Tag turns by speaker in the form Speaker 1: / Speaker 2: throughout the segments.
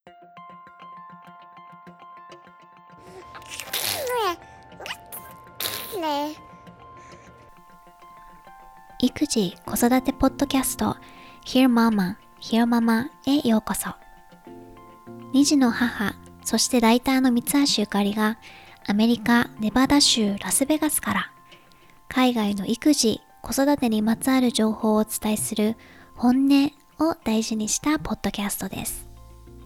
Speaker 1: 育児・子育てポッドキャスト Hear Mama, Hear Mama へようこそ。2児の母、そしてライターの三橋ゆかりがアメリカ・ネバダ州ラスベガスから海外の育児・子育てにまつわる情報をお伝えする本音を大事にしたポッドキャストです。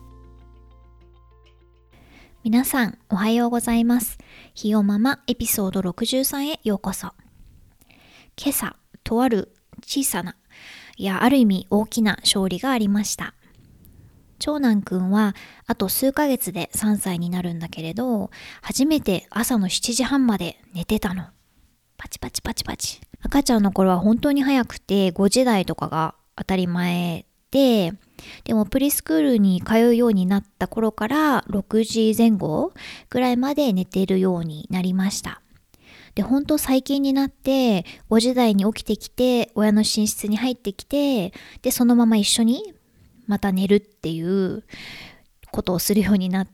Speaker 1: 皆さんおはようございます。ひよママエピソード63へようこそ。今朝、とある小さな、ある意味大きな勝利がありました。長男くんはあと数ヶ月で3歳になるんだけれど、初めて朝の7時半まで寝てたの。パチパチパチパチ。赤ちゃんの頃は本当に早くて5時台とかが当たり前でもプリスクールに通うようになった頃から6時前後ぐらいまで寝ているようになりました。で、本当最近になって5時台に起きてきて親の寝室に入ってきて、でそのまま一緒にまた寝るっていうことをするようになって、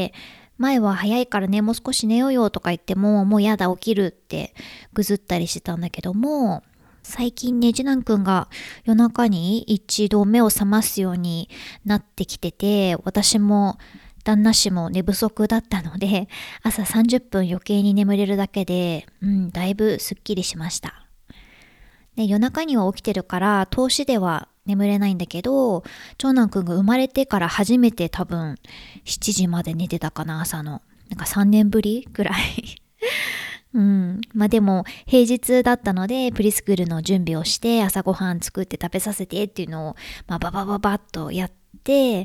Speaker 1: 前は早いからね、もう少し寝ようよとか言っても、もうやだ起きるってぐずったりしてたんだけども、最近ね、次男くんが夜中に一度目を覚ますようになってきてて、私も旦那氏も寝不足だったので、朝30分余計に眠れるだけで、だいぶすっきりしました。で、夜中には起きてるから通しでは眠れないんだけど、長男くんが生まれてから初めて多分7時まで寝てたかな、朝の。なんか3年ぶりぐらい。でも平日だったのでプリスクールの準備をして朝ごはん作って食べさせてっていうのを、ババババッとやって、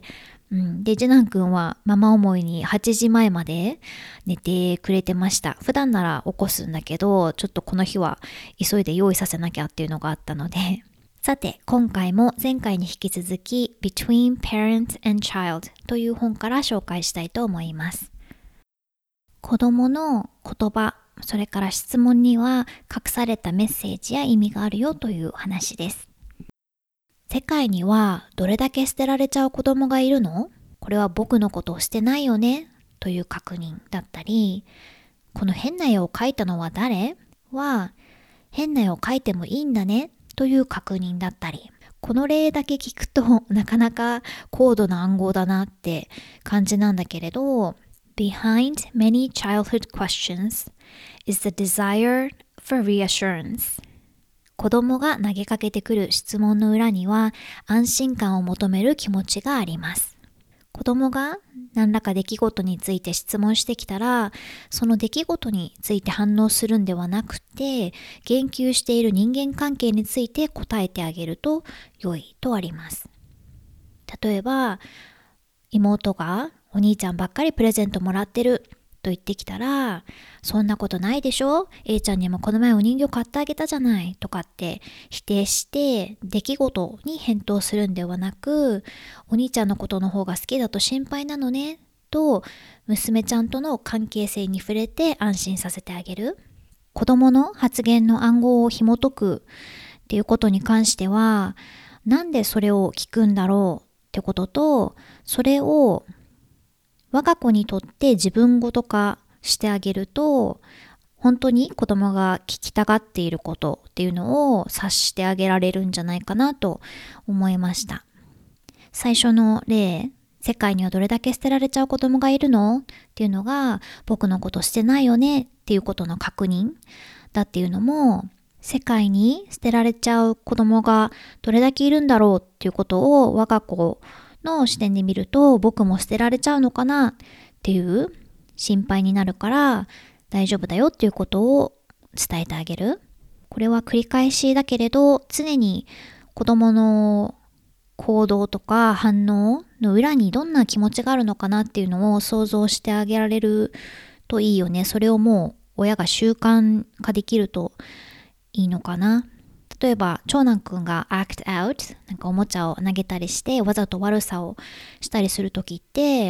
Speaker 1: で次男くんはママ思いに8時前まで寝てくれてました。普段なら起こすんだけど、ちょっとこの日は急いで用意させなきゃっていうのがあったので。さて、今回も前回に引き続き Between Parent and Child という本から紹介したいと思います。子供の言葉、それから質問には隠されたメッセージや意味があるよという話です。世界にはどれだけ捨てられちゃう子供がいるの？これは僕のことを捨てないよねという確認だったり、この変な絵を描いたのは誰？は変な絵を描いてもいいんだねという確認だったり、この例だけ聞くとなかなか高度な暗号だなって感じなんだけれど、Behind many childhood questions is the desire for reassurance. 子供が投げかけてくる質問の裏には安心感を求める気持ちがあります。子供が何らか出来事について質問してきたら、その出来事について反応するんではなくて、言及している人間関係について答えてあげると良いとあります。例えば、妹がお兄ちゃんばっかりプレゼントもらってると言ってきたら、そんなことないでしょ？ A ちゃんにもこの前お人形買ってあげたじゃないとかって否定して出来事に返答するんではなく、お兄ちゃんのことの方が好きだと心配なのねと娘ちゃんとの関係性に触れて安心させてあげる。子供の発言の暗号を紐解くっていうことに関しては、なんでそれを聞くんだろうってことと、それを我が子にとって自分ごと化してあげると、本当に子供が聞きたがっていることっていうのを察してあげられるんじゃないかなと思いました。最初の例、世界にはどれだけ捨てられちゃう子供がいるのっていうのが、僕のこと捨てないよねっていうことの確認だっていうのも、世界に捨てられちゃう子供がどれだけいるんだろうっていうことを我が子の視点で見ると、僕も捨てられちゃうのかなっていう心配になるから、大丈夫だよっていうことを伝えてあげる。これは繰り返しだけれど、常に子供の行動とか反応の裏にどんな気持ちがあるのかなっていうのを想像してあげられるといいよね。それをもう親が習慣化できるといいのかな。例えば長男くんが act out、 なんかおもちゃを投げたりしてわざと悪さをしたりするときって、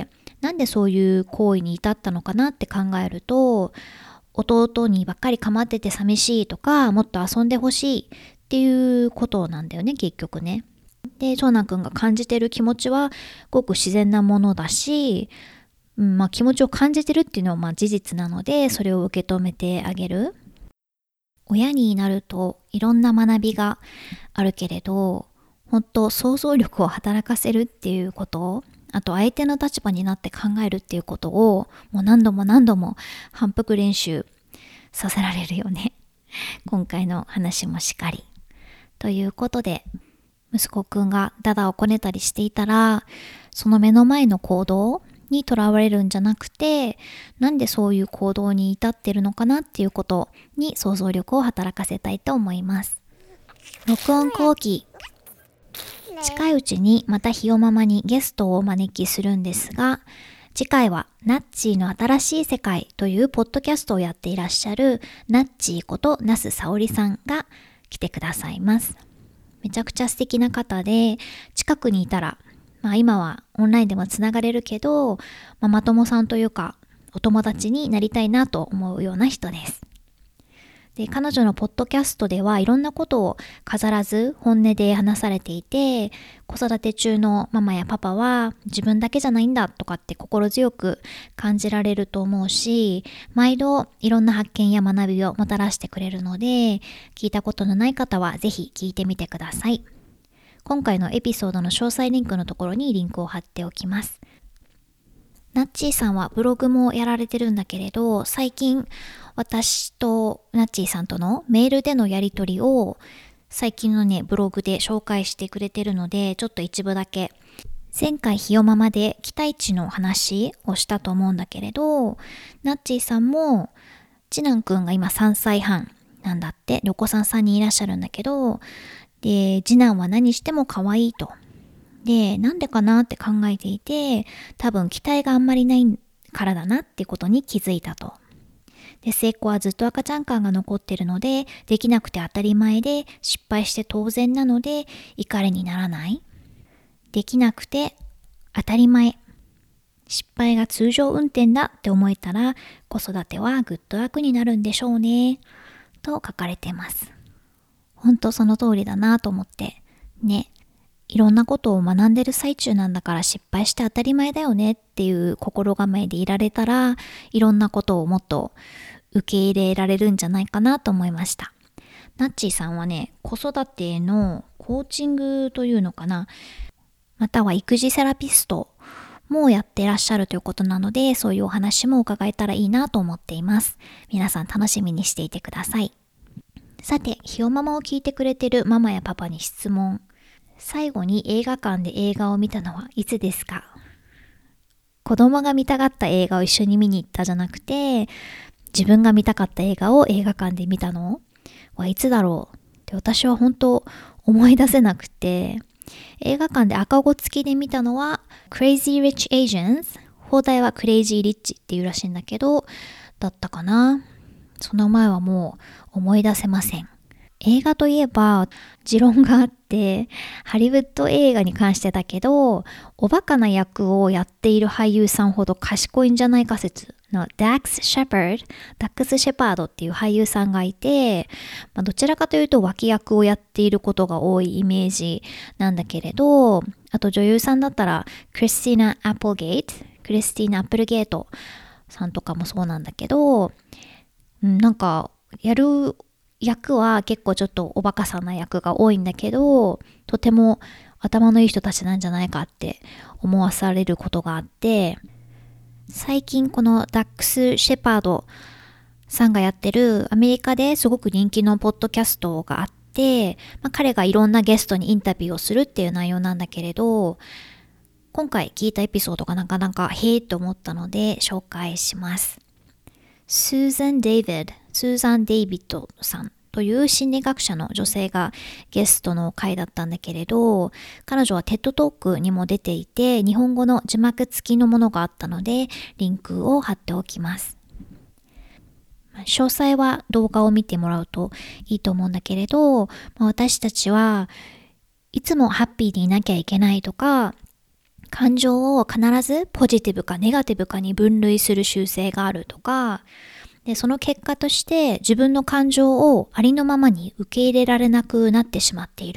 Speaker 1: なんでそういう行為に至ったのかなって考えると、弟にばっかり構ってて寂しいとか、もっと遊んでほしいっていうことなんだよね、結局ね。 で、長男くんが感じてる気持ちはごく自然なものだし、気持ちを感じてるっていうのは事実なので、それを受け止めてあげる。親になるといろんな学びがあるけれど、本当想像力を働かせるっていうこと、あと相手の立場になって考えるっていうことをもう何度も何度も反復練習させられるよね。今回の話もしっかり。ということで、息子くんがダダをこねたりしていたら、その目の前の行動にとらわれるんじゃなくて、なんでそういう行動に至ってるのかなっていうことに想像力を働かせたいと思います。録音後期。近いうちにまたひよママにゲストをお招きするんですが、次回はナッチーの新しい世界というポッドキャストをやっていらっしゃるナッチーこと那須沙織さんが来てくださいます。めちゃくちゃ素敵な方で、近くにいたら、今はオンラインでもつながれるけど、ママ友さんというかお友達になりたいなと思うような人です。で、彼女のポッドキャストではいろんなことを飾らず本音で話されていて、子育て中のママやパパは自分だけじゃないんだとかって心強く感じられると思うし、毎度いろんな発見や学びをもたらしてくれるので、聞いたことのない方はぜひ聞いてみてください。今回のエピソードの詳細リンクのところにリンクを貼っておきます。ナッチーさんはブログもやられてるんだけれど、最近私とナッチーさんとのメールでのやり取りを最近のブログで紹介してくれてるので、ちょっと一部だけ。前回ひよママで期待値の話をしたと思うんだけれど、ナッチーさんも次男くんが今3歳半なんだって。お子さん3人いらっしゃるんだけど、で、次男は何しても可愛いと。で、なんでかなって考えていて、多分期待があんまりないからだなってことに気づいたと。で、末っ子はずっと赤ちゃん感が残ってるので、できなくて当たり前で、失敗して当然なので、怒りにならない。できなくて当たり前。失敗が通常運転だって思えたら、子育てはグッドラックになるんでしょうね。と書かれてます。本当その通りだなと思って。ね。いろんなことを学んでる最中なんだから失敗して当たり前だよねっていう心構えでいられたら、いろんなことをもっと受け入れられるんじゃないかなと思いました。ナッチーさんはね、子育てのコーチングというのかな、または育児セラピストもやってらっしゃるということなので、そういうお話も伺えたらいいなと思っています。皆さん楽しみにしていてください。さて、ひよママを聞いてくれてるママやパパに質問。最後に映画館で映画を見たのはいつですか？子供が見たかった映画を一緒に見に行ったじゃなくて、自分が見たかった映画を映画館で見たのはいつだろうって私は本当思い出せなくて、映画館で赤子付きで見たのは Crazy Rich Asians、 放題は Crazy Rich っていうらしいんだけど、だったかな。その前はもう思い出せません。映画といえば持論があって、ハリウッド映画に関してだけど、おバカな役をやっている俳優さんほど賢いんじゃないか説のダックス・シェパードっていう俳優さんがいて、どちらかというと脇役をやっていることが多いイメージなんだけれど、あと女優さんだったらクリスティーナ・アップルゲートさんとかもそうなんだけど、なんかやる役は結構ちょっとおバカさな役が多いんだけど、とても頭のいい人たちなんじゃないかって思わされることがあって、最近このダックス・シェパードさんがやってるアメリカですごく人気のポッドキャストがあって、彼がいろんなゲストにインタビューをするっていう内容なんだけれど、今回聞いたエピソードがなかなかへーって思ったので紹介します。スーザン・デイビッドさんという心理学者の女性がゲストの回だったんだけれど、彼女はテッドトークにも出ていて、日本語の字幕付きのものがあったので、リンクを貼っておきます。詳細は動画を見てもらうといいと思うんだけれど、私たちはいつもハッピーでいなきゃいけないとか、感情を必ずポジティブかネガティブかに分類する習性があるとか、でその結果として自分の感情をありのままに受け入れられなくなってしまっている。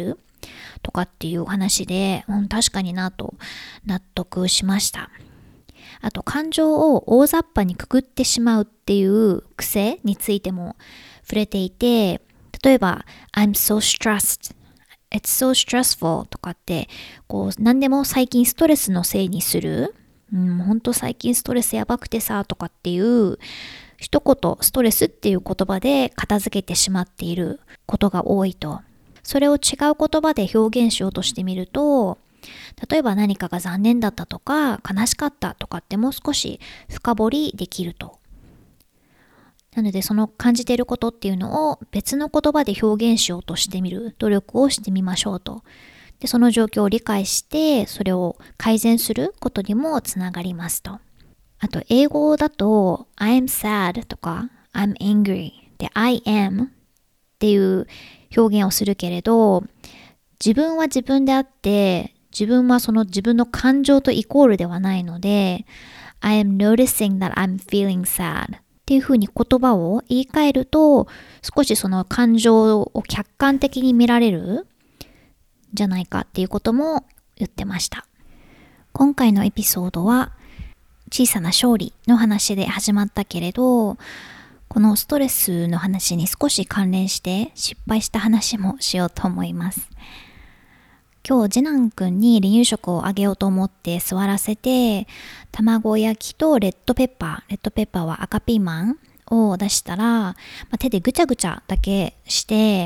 Speaker 1: とかっていう話で、確かになと納得しました。あと感情を大雑把にくくってしまうっていう癖についても触れていて、例えば I'm so stressed、It's so stressful とかって何でも最近ストレスのせいにする、本当最近ストレスやばくてさとかっていう一言ストレスっていう言葉で片付けてしまっていることが多いと。それを違う言葉で表現しようとしてみると、例えば何かが残念だったとか悲しかったとかってもう少し深掘りできると。なのでその感じていることっていうのを別の言葉で表現しようとしてみる努力をしてみましょうと。で、その状況を理解してそれを改善することにもつながりますと。あと英語だと I'm sad とか I'm angry で I am っていう表現をするけれど、自分は自分であって自分はその自分の感情とイコールではないので I am noticing that I'm feeling sad っていうふうに言葉を言い換えると少しその感情を客観的に見られるじゃないかっていうことも言ってました。今回のエピソードは小さな勝利の話で始まったけれど、このストレスの話に少し関連して失敗した話もしようと思います。今日次男くんに離乳食をあげようと思って座らせて、卵焼きとレッドペッパーは赤ピーマンを出したら、手でぐちゃぐちゃだけして、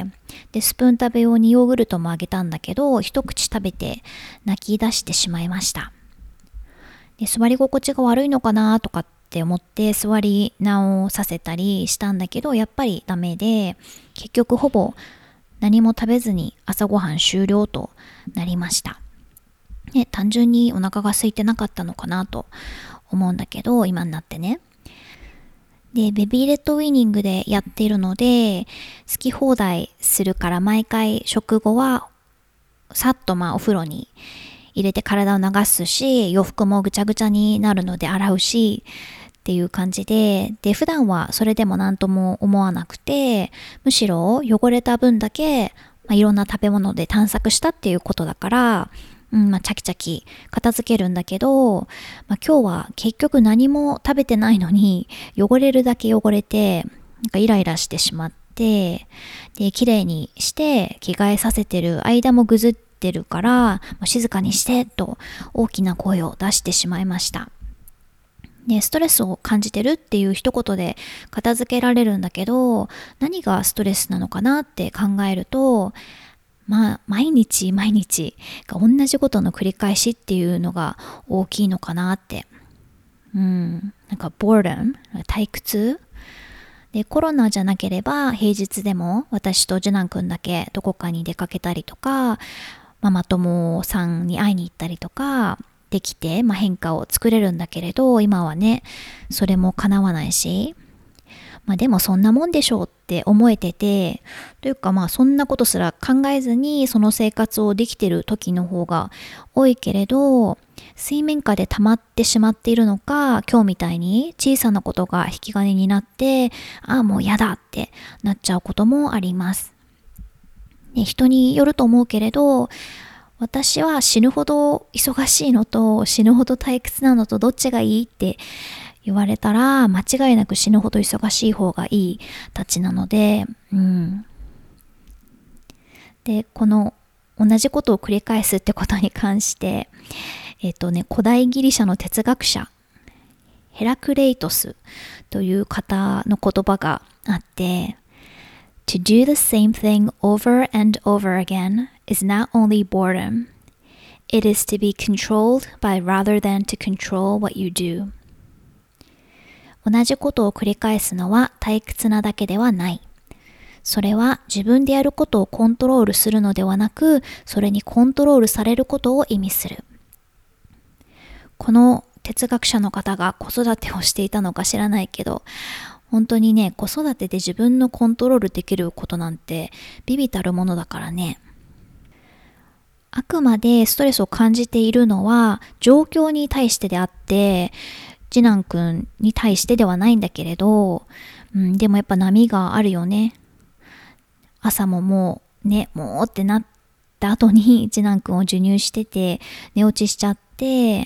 Speaker 1: でスプーン食べ用にヨーグルトもあげたんだけど、一口食べて泣き出してしまいました。で座り心地が悪いのかなとかって思って座り直させたりしたんだけど、やっぱりダメで、結局ほぼ何も食べずに朝ごはん終了となりました。単純にお腹が空いてなかったのかなと思うんだけど、今になってね。で、ベビーレッドウィニングでやっているので、好き放題するから毎回食後はさっとお風呂に入れて体を流すし、洋服もぐちゃぐちゃになるので洗うしっていう感じで、普段はそれでも何とも思わなくて、むしろ汚れた分だけ、いろんな食べ物で探索したっていうことだから、チャキチャキ片付けるんだけど、今日は結局何も食べてないのに汚れるだけ汚れて、イライラしてしまって、で綺麗にして着替えさせてる間もぐずってるから、もう静かにしてと大きな声を出してしまいました。でストレスを感じてるっていう一言で片付けられるんだけど、何がストレスなのかなって考えると、毎日が同じことの繰り返しっていうのが大きいのかなって。boredom、退屈で、コロナじゃなければ平日でも私と次男くんだけどこかに出かけたりとか、ママ友さんに会いに行ったりとかできて、変化を作れるんだけれど、今はねそれも叶わないし、でもそんなもんでしょうって思えてて、というかそんなことすら考えずにその生活をできてる時の方が多いけれど、水面下で溜まってしまっているのか、今日みたいに小さなことが引き金になって、もうやだってなっちゃうこともあります。人によると思うけれど、私は死ぬほど忙しいのと死ぬほど退屈なのとどっちがいいって言われたら、間違いなく死ぬほど忙しい方がいいたちなので、でこの同じことを繰り返すってことに関して、古代ギリシャの哲学者ヘラクレイトスという方の言葉があって、To do the same thing over and over again is not only boredom, it is to be controlled by rather than to control what you do. 同じことを繰り返すのは退屈なだけではない。それは自分でやることをコントロールするのではなく、それにコントロールされることを意味する。この哲学者の方が子育てをしていたのか知らないけど、本当にね、子育てで自分のコントロールできることなんて微々たるものだからね。あくまでストレスを感じているのは状況に対してであって、次男くんに対してではないんだけれど、でもやっぱ波があるよね。朝ももうってなっった後に次男くんを授乳してて寝落ちしちゃって、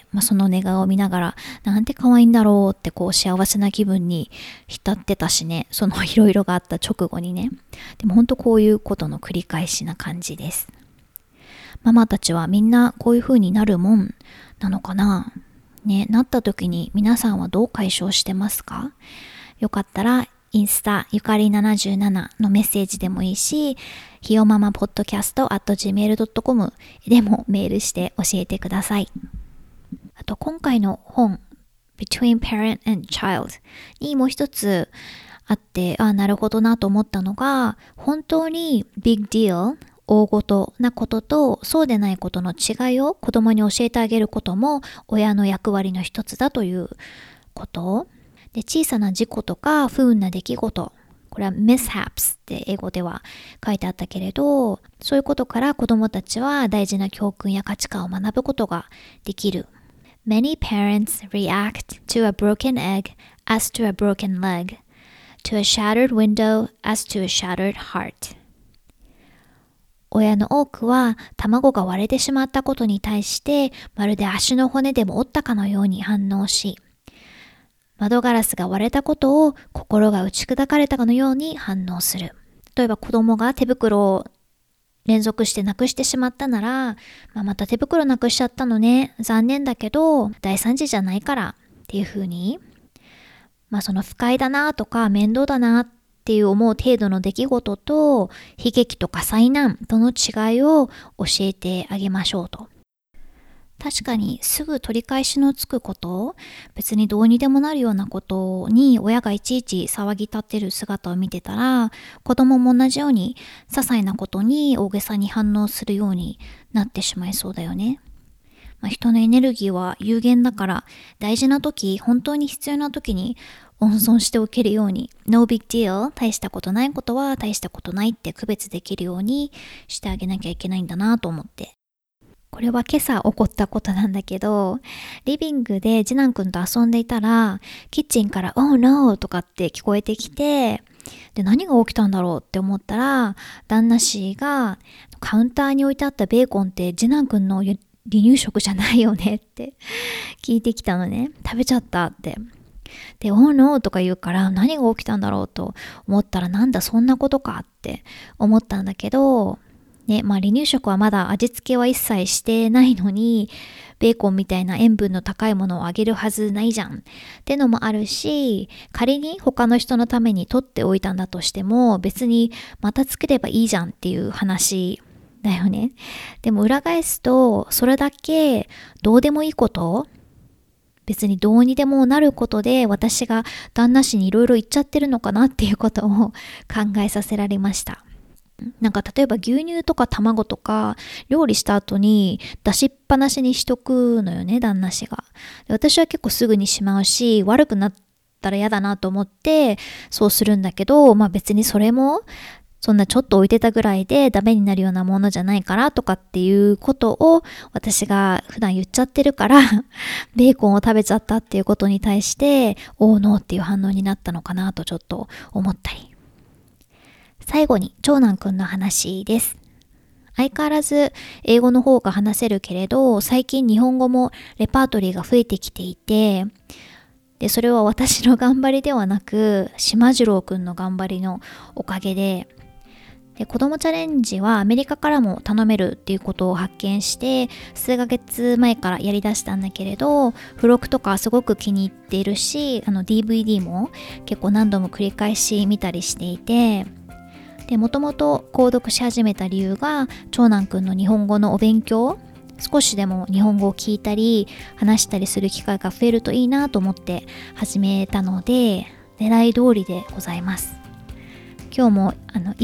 Speaker 1: その寝顔を見ながらなんて可愛いんだろうって幸せな気分に浸ってたしね、そのいろいろがあった直後にね。でも本当こういうことの繰り返しな感じです。ママたちはみんなこういう風になるもんなのかなね。なった時に皆さんはどう解消してますか？よかったらインスタゆかり77のメッセージでもいいし、ひよままポッドキャスト @gmail.com でもメールして教えてください。あと今回の本 Between Parent and Child にもう一つあって、なるほどなと思ったのが、本当に Big Deal 大ごとなこととそうでないことの違いを子供に教えてあげることも親の役割の一つだということで、小さな事故とか不運な出来事、これは mishaps って英語では書いてあったけれど、そういうことから子供たちは大事な教訓や価値観を学ぶことができる。Many parents react to a broken egg as to a broken leg, to a shattered window as to a shattered heart. 親の多くは卵が割れてしまったことに対してまるで足の骨でも折ったかのように反応し、窓ガラスが割れたことを心が打ち砕かれたかのように反応する。例えば子供が手袋を連続してなくしてしまったなら、また手袋なくしちゃったのね。残念だけど大惨事じゃないからっていう風に、その不快だなとか面倒だなっていう思う程度の出来事と悲劇とか災難との違いを教えてあげましょうと。確かにすぐ取り返しのつくこと、別にどうにでもなるようなことに親がいちいち騒ぎ立ってる姿を見てたら、子供も同じように些細なことに大げさに反応するようになってしまいそうだよね。人のエネルギーは有限だから、大事な時、本当に必要な時に温存しておけるように、No big deal、大したことないことは大したことないって区別できるようにしてあげなきゃいけないんだなと思って。これは今朝起こったことなんだけど、リビングで次男くんと遊んでいたら、キッチンから Oh no とかって聞こえてきて、で何が起きたんだろうって思ったら、旦那氏がカウンターに置いてあったベーコンって次男くんの離乳食じゃないよねって聞いてきたのね。食べちゃったって。で Oh no とか言うから何が起きたんだろうと思ったら、なんだそんなことかって思ったんだけど、ね、離乳食はまだ味付けは一切してないのに、ベーコンみたいな塩分の高いものをあげるはずないじゃんってのもあるし、仮に他の人のために取っておいたんだとしても、別にまた作ればいいじゃんっていう話だよね。でも裏返すと、それだけどうでもいいこと、別にどうにでもなることで私が旦那氏にいろいろ言っちゃってるのかなっていうことを考えさせられました。例えば牛乳とか卵とか料理した後に出しっぱなしにしとくのよね、旦那氏が。で、私は結構すぐにしまうし、悪くなったら嫌だなと思ってそうするんだけど、別にそれもそんなちょっと置いてたぐらいでダメになるようなものじゃないからとかっていうことを私が普段言っちゃってるからベーコンを食べちゃったっていうことに対しておーノーっていう反応になったのかなとちょっと思ったり。最後に長男くんの話です。相変わらず英語の方が話せるけれど、最近日本語もレパートリーが増えてきていて、でそれは私の頑張りではなく島次郎くんの頑張りのおかげで、子供チャレンジはアメリカからも頼めるっていうことを発見して数ヶ月前からやりだしたんだけれど、付録とかすごく気に入っているし、DVD も結構何度も繰り返し見たりしていて、でもともと購読し始めた理由が長男くんの日本語のお勉強、少しでも日本語を聞いたり話したりする機会が増えるといいなと思って始めたので、狙い通りでございます。今日も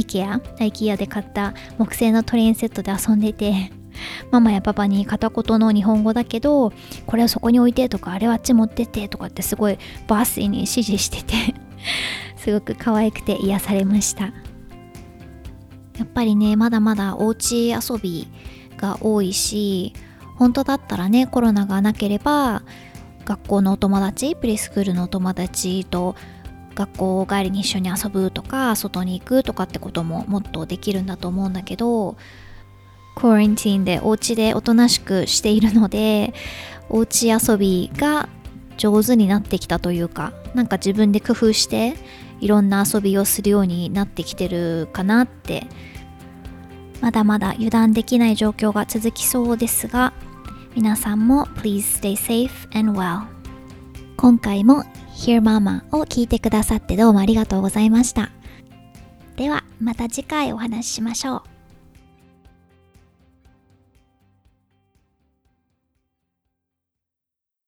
Speaker 1: IKEA で買った木製のトレインセットで遊んでて、ママやパパに片言の日本語だけど、これをそこに置いてとか、あれはあっち持ってってとかってすごいバースに指示しててすごく可愛くて癒されました。やっぱりね、まだまだおうち遊びが多いし、本当だったらね、コロナがなければ学校のお友達、プリスクールのお友達と学校帰りに一緒に遊ぶとか外に行くとかってことももっとできるんだと思うんだけど、 クオランティーンでお家でおとなしくしているので、お家遊びが上手になってきたというか、なんか自分で工夫していろんな遊びをするようになってきてるかなって。まだまだ油断できない状況が続きそうですが、皆さんも Please stay safe and well。 今回も Hear Mama を聞いてくださってどうもありがとうございました。ではまた次回お話ししましょう。